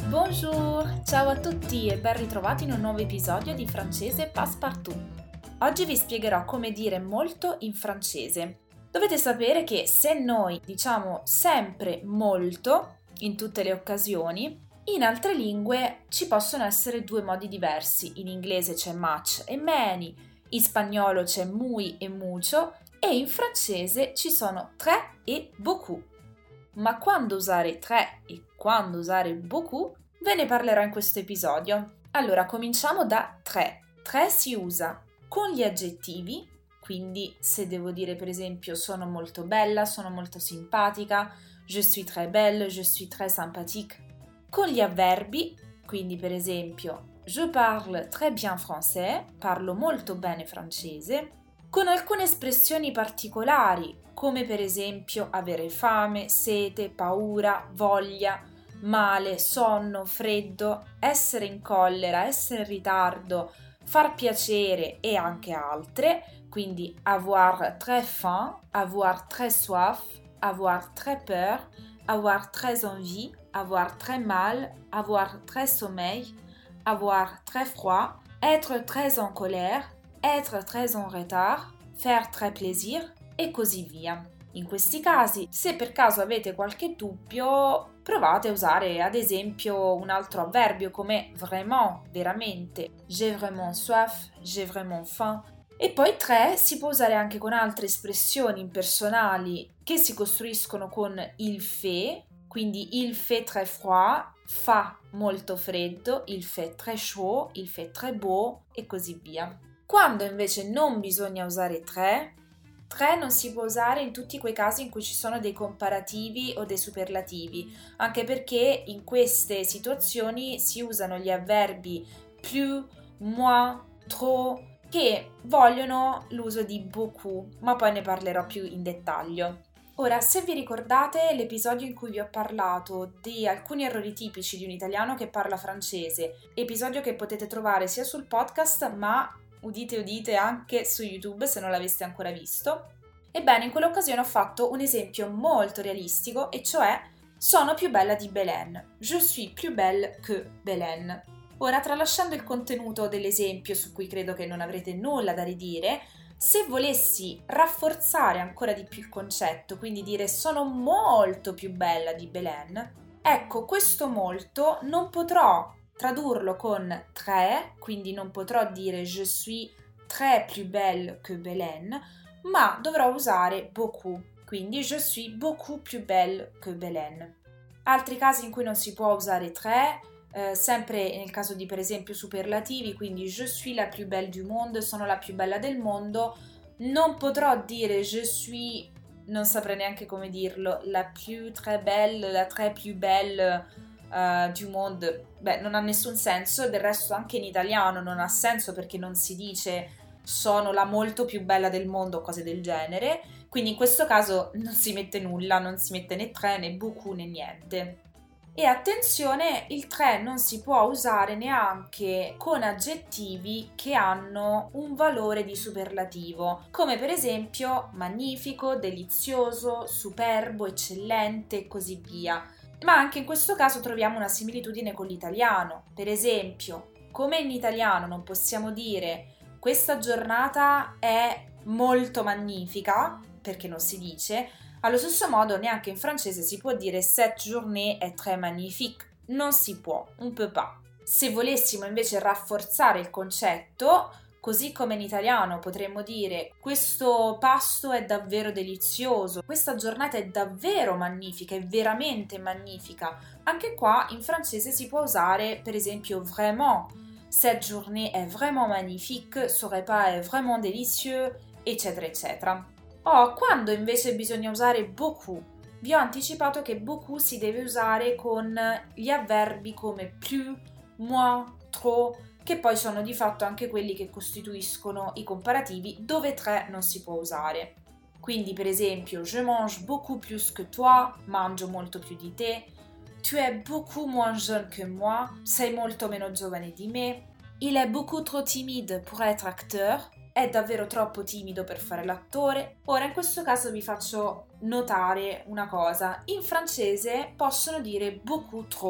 Bonjour! Ciao a tutti e ben ritrovati in un nuovo episodio di Francese Passepartout. Oggi vi spiegherò come dire molto in francese. Dovete sapere che se noi diciamo sempre molto in tutte le occasioni, in altre lingue ci possono essere due modi diversi. In inglese c'è much e many, in spagnolo c'è muy e mucho e in francese ci sono très e beaucoup. Ma quando usare très e quando usare beaucoup ve ne parlerò in questo episodio. Allora, cominciamo da très. Très si usa con gli aggettivi, quindi se devo dire per esempio sono molto bella, sono molto simpatica, je suis très belle, je suis très sympathique. Con gli avverbi, quindi per esempio je parle très bien français, parlo molto bene francese, con alcune espressioni particolari, come per esempio avere fame, sete, paura, voglia, male, sonno, freddo, essere in collera, essere in ritardo, far piacere e anche altre, quindi avoir très faim, avoir très soif, avoir très peur, avoir très envie, avoir très mal, avoir très sommeil, avoir très froid, être très en colère, être très en retard, faire très plaisir e così via. In questi casi, se per caso avete qualche dubbio, provate a usare ad esempio un altro avverbio come vraiment, veramente, j'ai vraiment soif, j'ai vraiment faim. E poi très si può usare anche con altre espressioni impersonali che si costruiscono con il fait, quindi il fait très froid, fa molto freddo, il fait très chaud, il fait très beau e così via. Quando invece non bisogna usare très non si può usare in tutti quei casi in cui ci sono dei comparativi o dei superlativi, anche perché in queste situazioni si usano gli avverbi plus, moins, trop, che vogliono l'uso di beaucoup, ma poi ne parlerò più in dettaglio. Ora, se vi ricordate l'episodio in cui vi ho parlato di alcuni errori tipici di un italiano che parla francese, episodio che potete trovare sia sul podcast, ma udite udite anche su YouTube se non l'aveste ancora visto. Ebbene, in quell'occasione ho fatto un esempio molto realistico, e cioè sono più bella di Belen. Je suis plus belle que Belen. Ora, tralasciando il contenuto dell'esempio su cui credo che non avrete nulla da ridire, se volessi rafforzare ancora di più il concetto, quindi dire sono molto più bella di Belen, ecco, questo molto non potrò tradurlo con très, quindi non potrò dire je suis très plus belle que Belen, ma dovrò usare beaucoup, quindi je suis beaucoup plus belle que Belen. Altri casi in cui non si può usare très, sempre nel caso di per esempio superlativi, quindi je suis la plus belle du monde, sono la più bella del mondo, non potrò dire je suis, non saprei neanche come dirlo, la plus très belle, la très plus belle du monde. Beh, non ha nessun senso, del resto anche in italiano non ha senso perché non si dice sono la molto più bella del mondo, cose del genere, quindi in questo caso non si mette nulla, non si mette né très né beaucoup né niente. E attenzione, il très non si può usare neanche con aggettivi che hanno un valore di superlativo, come per esempio magnifico, delizioso, superbo, eccellente e così via. Ma anche in questo caso troviamo una similitudine con l'italiano. Per esempio, come in italiano non possiamo dire questa giornata è molto magnifica, perché non si dice, allo stesso modo neanche in francese si può dire cette journée est très magnifique. Non si può, on peut pas. Se volessimo invece rafforzare il concetto, così come in italiano potremmo dire questo pasto è davvero delizioso, questa giornata è davvero magnifica, è veramente magnifica. Anche qua in francese si può usare per esempio vraiment. Cette journée est vraiment magnifique, ce repas est vraiment délicieux, eccetera eccetera. Quando invece bisogna usare beaucoup? Vi ho anticipato che beaucoup si deve usare con gli avverbi come plus, moins, trop, che poi sono di fatto anche quelli che costituiscono i comparativi dove très non si può usare. Quindi per esempio je mange beaucoup plus que toi, mangio molto più di te, tu es beaucoup moins jeune que moi, sei molto meno giovane di me, il est beaucoup trop timide pour être acteur, è davvero troppo timido per fare l'attore. Ora in questo caso vi faccio notare una cosa, in francese possono dire beaucoup trop,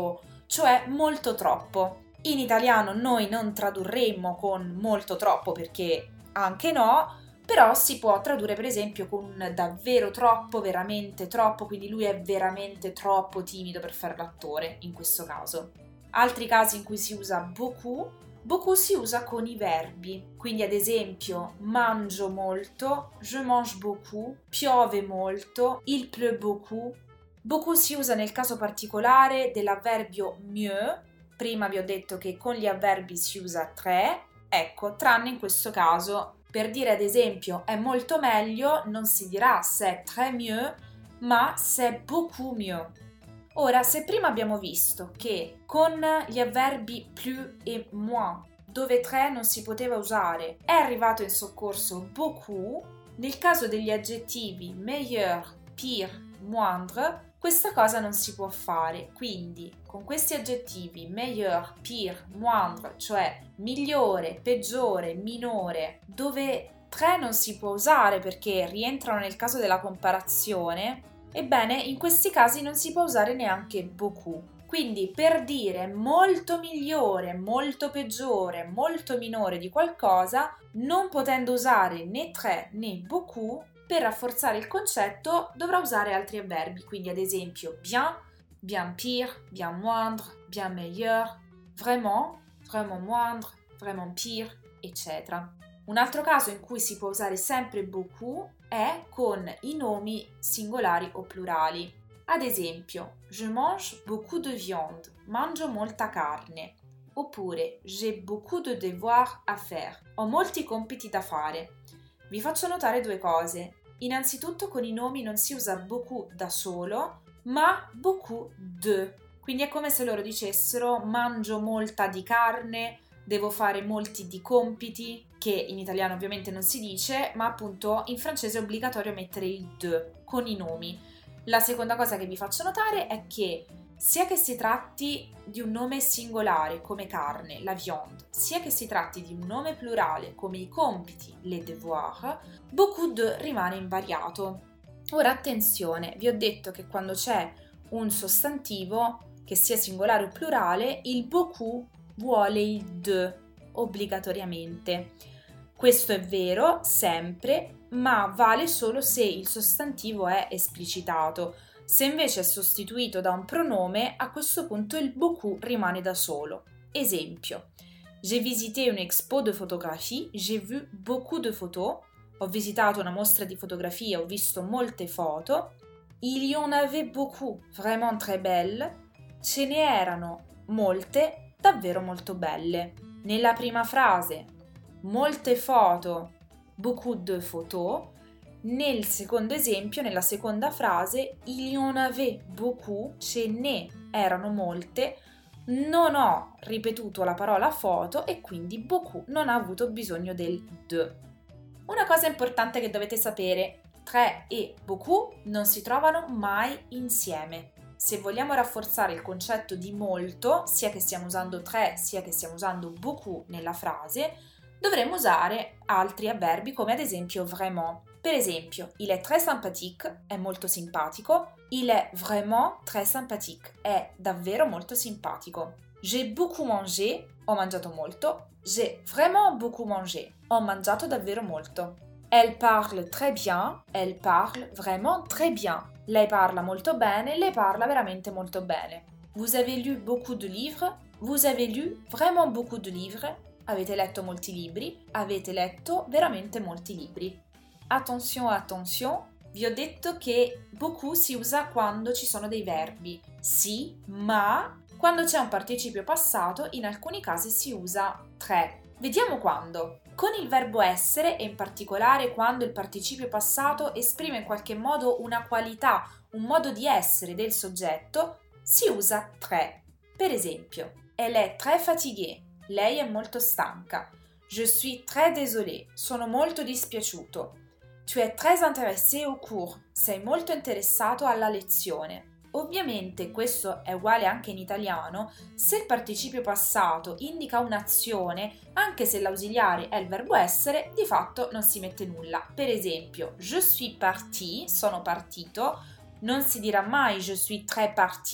cioè molto troppo. In italiano noi non tradurremmo con molto troppo perché anche no, però si può tradurre per esempio con un davvero troppo, veramente troppo, quindi lui è veramente troppo timido per fare l'attore in questo caso. Altri casi in cui si usa beaucoup, beaucoup si usa con i verbi, quindi ad esempio mangio molto, je mange beaucoup, piove molto, il pleut beaucoup. Beaucoup si usa nel caso particolare dell'avverbio mieux, prima vi ho detto che con gli avverbi si usa très, ecco, tranne in questo caso. Per dire ad esempio è molto meglio non si dirà c'est très mieux, ma c'est beaucoup mieux. Ora, se prima abbiamo visto che con gli avverbi plus e moins, dove très non si poteva usare, è arrivato in soccorso beaucoup, nel caso degli aggettivi meilleur, pire, moindre, questa cosa non si può fare, quindi con questi aggettivi meilleur, pire, moindre, cioè migliore, peggiore, minore, dove très non si può usare perché rientrano nel caso della comparazione, ebbene in questi casi non si può usare neanche beaucoup. Quindi per dire molto migliore, molto peggiore, molto minore di qualcosa, non potendo usare né très né beaucoup, per rafforzare il concetto dovrà usare altri avverbi, quindi ad esempio bien, bien pire, bien moindre, bien meilleur, vraiment, vraiment moindre, vraiment pire, eccetera. Un altro caso in cui si può usare sempre beaucoup è con i nomi singolari o plurali. Ad esempio, je mange beaucoup de viande, mangio molta carne. Oppure, j'ai beaucoup de devoirs à faire, ho molti compiti da fare. Vi faccio notare due cose. Innanzitutto con i nomi non si usa beaucoup da solo, ma beaucoup de. Quindi è come se loro dicessero mangio molta di carne, devo fare molti di compiti, che in italiano ovviamente non si dice, ma appunto in francese è obbligatorio mettere il de con i nomi. La seconda cosa che vi faccio notare è che sia che si tratti di un nome singolare come carne, la viande, sia che si tratti di un nome plurale come i compiti, les devoirs, beaucoup de rimane invariato. Ora attenzione, vi ho detto che quando c'è un sostantivo, che sia singolare o plurale, il beaucoup vuole il de obbligatoriamente. Questo è vero sempre, ma vale solo se il sostantivo è esplicitato. Se invece è sostituito da un pronome, a questo punto il beaucoup rimane da solo. Esempio, j'ai visité une expo de photographie, j'ai vu beaucoup de photos. Ho visitato una mostra di fotografie, ho visto molte foto. Il y en avait beaucoup, vraiment très belles. Ce ne erano molte, davvero molto belle. Nella prima frase, molte foto, beaucoup de photos. Nel secondo esempio, nella seconda frase, il y en avait beaucoup, ce ne erano molte, non ho ripetuto la parola foto e quindi beaucoup non ha avuto bisogno del de. Una cosa importante che dovete sapere, très e beaucoup non si trovano mai insieme. Se vogliamo rafforzare il concetto di molto, sia che stiamo usando très sia che stiamo usando beaucoup nella frase, dovremmo usare altri avverbi come ad esempio vraiment. Per esempio, il est très sympathique, è molto simpatico. Il est vraiment très sympathique, è davvero molto simpatico. J'ai beaucoup mangé, ho mangiato molto. J'ai vraiment beaucoup mangé, ho mangiato davvero molto. Elle parle très bien, elle parle vraiment très bien. Lei parla molto bene, lei parla veramente molto bene. Vous avez lu beaucoup de livres, vous avez lu vraiment beaucoup de livres. Avete letto molti libri, avete letto veramente molti libri. Attention, attention, vi ho detto che beaucoup si usa quando ci sono dei verbi. Sì, ma quando c'è un participio passato in alcuni casi si usa très. Vediamo quando. Con il verbo essere e in particolare quando il participio passato esprime in qualche modo una qualità, un modo di essere del soggetto, si usa très. Per esempio, elle est très fatiguée. Lei è molto stanca. Je suis très désolé. Sono molto dispiaciuto. Tu es très intéressé au cours. Sei molto interessato alla lezione. Ovviamente questo è uguale anche in italiano. Se il participio passato indica un'azione, anche se l'ausiliare è il verbo essere, di fatto non si mette nulla. Per esempio, je suis parti, sono partito. Non si dirà mai je suis très parti,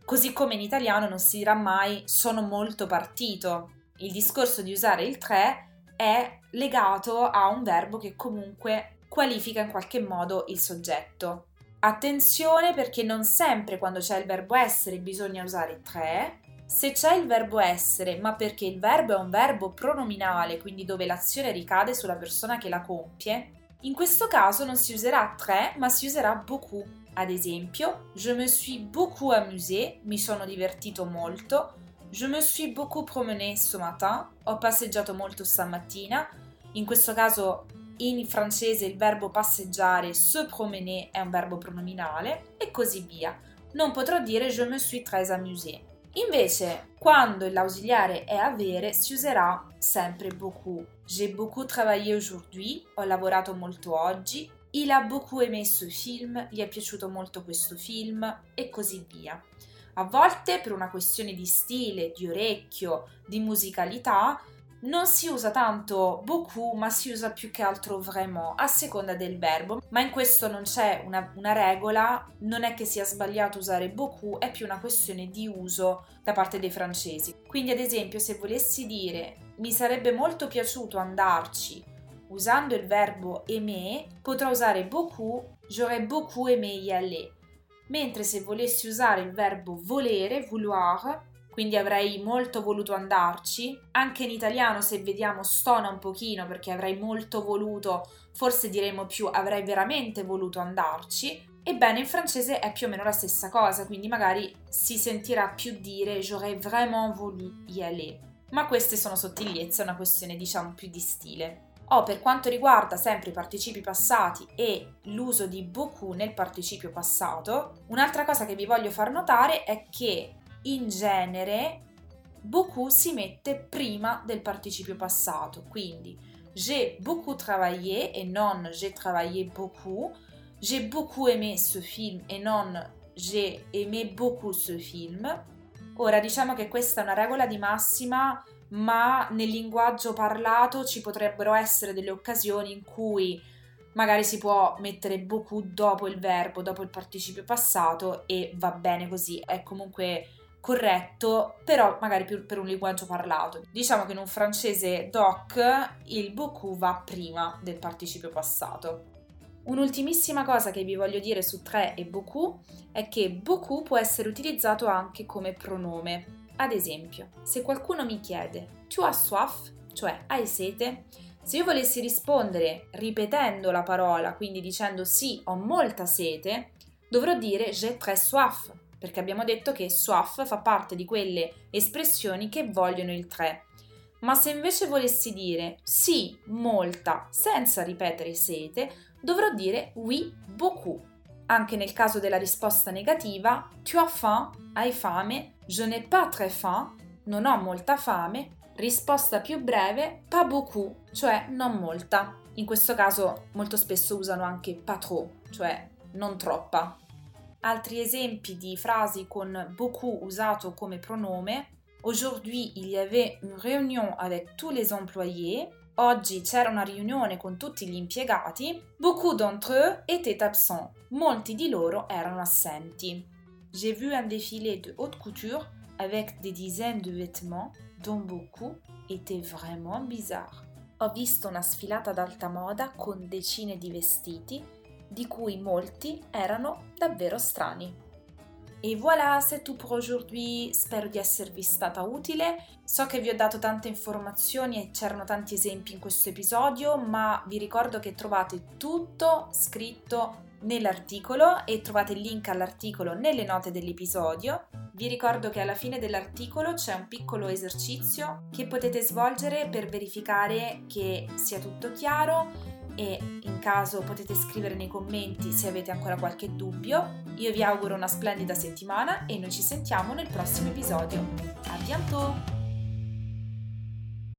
Così come in italiano non si dirà mai sono molto partito. Il discorso di usare il tre è legato a un verbo che comunque qualifica in qualche modo il soggetto. Attenzione perché non sempre quando c'è il verbo essere bisogna usare tre. Se c'è il verbo essere, ma perché il verbo è un verbo pronominale, quindi dove l'azione ricade sulla persona che la compie, in questo caso non si userà très, ma si userà beaucoup. Ad esempio, je me suis beaucoup amusé, mi sono divertito molto. Je me suis beaucoup promené ce matin, ho passeggiato molto stamattina. In questo caso in francese il verbo passeggiare, se promener, è un verbo pronominale e così via. Non potrò dire je me suis très amusé. Invece, quando l'ausiliare è avere, si userà sempre beaucoup. J'ai beaucoup travaillé aujourd'hui, ho lavorato molto oggi. Il a beaucoup aimé ce film, gli è piaciuto molto questo film e così via. A volte, per una questione di stile, di orecchio, di musicalità, non si usa tanto beaucoup, ma si usa più che altro vraiment, a seconda del verbo. Ma in questo non c'è una regola, non è che sia sbagliato usare beaucoup, è più una questione di uso da parte dei francesi. Quindi, ad esempio, se volessi dire mi sarebbe molto piaciuto andarci usando il verbo aimer, potrò usare beaucoup, j'aurais beaucoup aimé y aller. Mentre se volessi usare il verbo volere, vouloir, quindi avrei molto voluto andarci, anche in italiano se vediamo stona un pochino perché avrei molto voluto, forse diremmo più avrei veramente voluto andarci, ebbene in francese è più o meno la stessa cosa, quindi magari si sentirà più dire j'aurais vraiment voulu y aller. Ma queste sono sottigliezze, è una questione diciamo più di stile. Per quanto riguarda sempre i participi passati e l'uso di beaucoup nel participio passato, un'altra cosa che vi voglio far notare è che in genere beaucoup si mette prima del participio passato, quindi j'ai beaucoup travaillé e non j'ai travaillé beaucoup, j'ai beaucoup aimé ce film e non j'ai aimé beaucoup ce film. Ora diciamo che questa è una regola di massima, ma nel linguaggio parlato ci potrebbero essere delle occasioni in cui magari si può mettere beaucoup dopo il verbo, dopo il participio passato e va bene così, è comunque corretto, però magari più per un linguaggio parlato. Diciamo che in un francese doc il beaucoup va prima del participio passato. Un'ultimissima cosa che vi voglio dire su très e beaucoup è che beaucoup può essere utilizzato anche come pronome. Ad esempio, se qualcuno mi chiede tu as soif, cioè hai sete, se io volessi rispondere ripetendo la parola, quindi dicendo sì, ho molta sete, dovrò dire j'ai très soif, perché abbiamo detto che soif fa parte di quelle espressioni che vogliono il très. Ma se invece volessi dire sì, molta, senza ripetere sete, dovrò dire oui, beaucoup. Anche nel caso della risposta negativa, tu as faim, hai fame, je n'ai pas très faim, non ho molta fame, risposta più breve, pas beaucoup, cioè non molta. In questo caso molto spesso usano anche pas trop, cioè non troppa. Altri esempi di frasi con beaucoup usato come pronome: aujourd'hui il y avait une réunion avec tous les employés. Oggi c'era una riunione con tutti gli impiegati. Beaucoup d'entre eux étaient absents. Molti di loro erano assenti. J'ai vu un défilé de haute couture avec des dizaines de vêtements dont beaucoup étaient vraiment bizarres. Ho visto una sfilata d'alta moda con decine di vestiti, di cui molti erano davvero strani. E voilà, c'est tout pour aujourd'hui, spero di esservi stata utile. So che vi ho dato tante informazioni e c'erano tanti esempi in questo episodio, ma vi ricordo che trovate tutto scritto nell'articolo e trovate il link all'articolo nelle note dell'episodio. Vi ricordo che alla fine dell'articolo c'è un piccolo esercizio che potete svolgere per verificare che sia tutto chiaro e in caso potete scrivere nei commenti se avete ancora qualche dubbio. Io vi auguro una splendida settimana e noi ci sentiamo nel prossimo episodio. A bientôt!